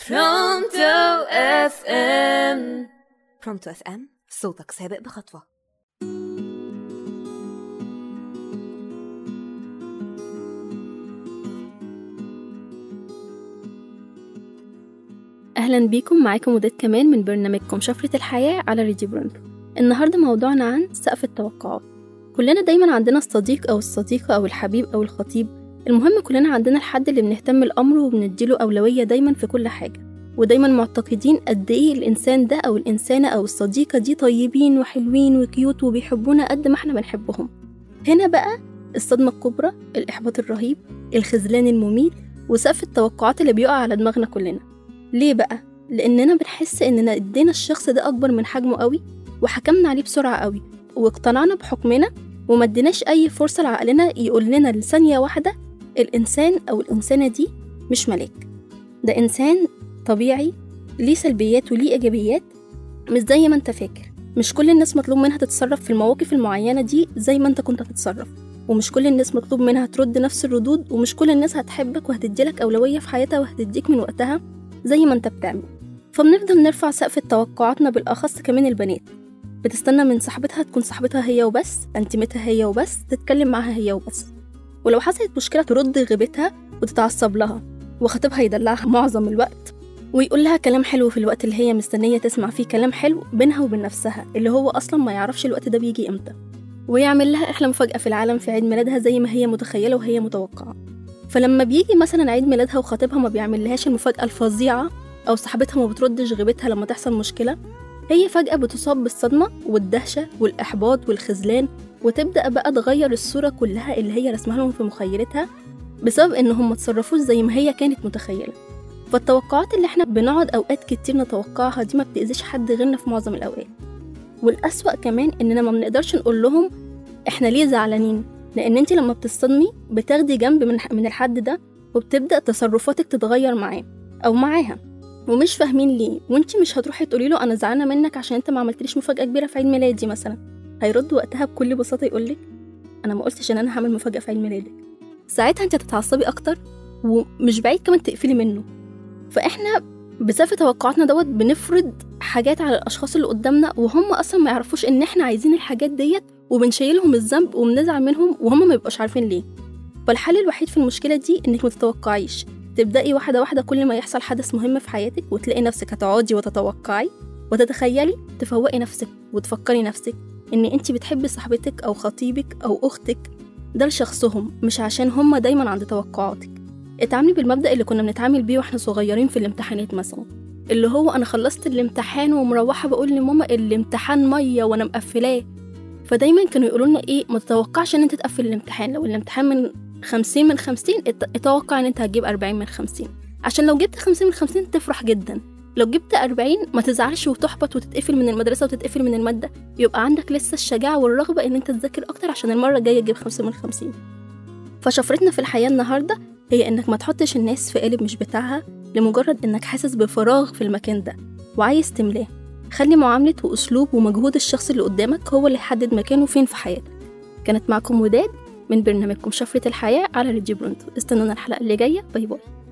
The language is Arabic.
برونتو اف ام. برونتو اف ام، صوتك سابق بخطوة. أهلا بيكم، معاكم وداد كمان من برنامجكم شفرة الحياة على راديو برونتو. النهاردة موضوعنا عن سقف التوقعات. كلنا دايما عندنا الصديق أو الصديقة أو الحبيب أو الخطيب، المهم كلنا عندنا الحد اللي بنهتم لأمره وبنديله أولوية دايما في كل حاجة، ودايما معتقدين قد إيه الإنسان ده أو الإنسانة أو الصديقة دي طيبين وحلوين وكيوت وبيحبونا قد ما احنا بنحبهم. هنا بقى الصدمة الكبرى، الإحباط الرهيب، الخذلان المميت، وسقف التوقعات اللي بيقع على دماغنا كلنا. ليه بقى؟ لأننا بنحس إننا ادينا الشخص ده أكبر من حجمه قوي، وحكمنا عليه بسرعة قوي، واقتنعنا بحكمنا وما اديناش أي فرصة لعقلنا يقول لنا لثانية واحدة الإنسان أو الإنسانة دي مش ملاك، ده إنسان طبيعي ليه سلبيات وليه إيجابيات، مش زي ما أنت فاكر. مش كل الناس مطلوب منها تتصرف في المواقف المعينة دي زي ما أنت كنت هتتصرف، ومش كل الناس مطلوب منها ترد نفس الردود، ومش كل الناس هتحبك وهتديلك أولوية في حياتها وهتديك من وقتها زي ما أنت بتعمل. فبنفضل نرفع سقف توقعاتنا، بالأخص كمان البنات بتستنى من صاحبتها تكون صاحبتها هي وبس، انتمتها هي وبس، تتكلم معاها هي وبس، ولو حصلت مشكلة ترد غيبتها وتتعصب لها، وخطيبها يدلعها معظم الوقت ويقول لها كلام حلو في الوقت اللي هي مستنية تسمع فيه كلام حلو بينها وبين نفسها، اللي هو أصلا ما يعرفش الوقت ده بيجي إمتى، ويعمل لها أحلى مفاجأة في العالم في عيد ميلادها زي ما هي متخيلة وهي متوقعة. فلما بيجي مثلا عيد ميلادها وخطيبها ما بيعمل لهاش المفاجأة الفظيعة، أو صاحبتها ما بتردش غيبتها لما تحصل مشكلة، هي فجأة بتصاب بالصدمة والدهشة والإحباط والخذلان، وتبدأ بقى تغير الصورة كلها اللي هي رسمها لهم في مخيلتها بسبب إنهم ما تصرفوش زي ما هي كانت متخيلة. فالتوقعات اللي احنا بنقعد أوقات كتير نتوقعها دي ما بتأذيش حد غيرنا في معظم الأوقات. والأسوأ كمان إننا ما بنقدرش نقول لهم احنا ليه زعلانين، لأن انت لما بتصدمي بتاخدي جنب من الحد ده، وبتبدأ تصرفاتك تتغير معاه أو معاها، ومش فاهمين ليه. وانتي مش هتروحي تقولي له انا زعلانه منك عشان انت ما عملتليش مفاجاه كبيره في عيد ميلادي مثلا، هيرد وقتها بكل بساطه يقولك انا ما قلتش ان انا هعمل مفاجاه في عيد ميلادك. ساعتها انت هتتعصبي اكتر، ومش بعيد كمان تقفلي منه. فاحنا بسبب توقعاتنا دوت بنفرض حاجات على الاشخاص اللي قدامنا، وهم اصلا ما يعرفوش ان احنا عايزين الحاجات ديت، وبنشيلهم الذنب وبنزعل منهم وهم ما يبقاش عارفين ليه. فالحل الوحيد في المشكله دي انك ما تتوقعيش، تبدأي واحدة واحدة. كل ما يحصل حدث مهم في حياتك وتلاقي نفسك هتقعدي وتتوقعي وتتخيلي، تفوقي نفسك وتفكري نفسك ان انتي بتحبي صاحبتك او خطيبك او اختك ده لشخصهم، مش عشان هم دايما عند توقعاتك. اتعاملي بالمبدأ اللي كنا بنتعامل بيه واحنا صغيرين في الامتحانات مثلا، اللي هو انا خلصت الامتحان ومروحة بقول لماما الامتحان مية وانا مقفلاه. فدايما كانوا يقولوا لنا ايه، ما تتوقعش ان انت تقفل الامتحان. لو الامتحان من 50 من 50 اتوقع ان انت هتجيب 40 من 50، عشان لو جبت 50 من 50 تفرح جدا. لو جبت 40 ما تزعلش وتحبط وتتقفل من المدرسة وتتقفل من المادة، يبقى عندك لسه الشجاعة والرغبة ان انت تذاكر اكتر عشان المرة الجاية تجيب 5 من 50. فشفرتنا في الحياة النهاردة هي انك ما تحطش الناس في قالب مش بتاعها لمجرد انك حاسس بفراغ في المكان ده وعايز تملاه. خلي معاملة واسلوب ومجهود الشخص اللي قدامك هو اللي يحدد مكانه فين في حياتك. كانت معكم وداد من برنامجكم شفرة الحياة على راديو برونتو. استنونا الحلقة اللي جاية. باي باي.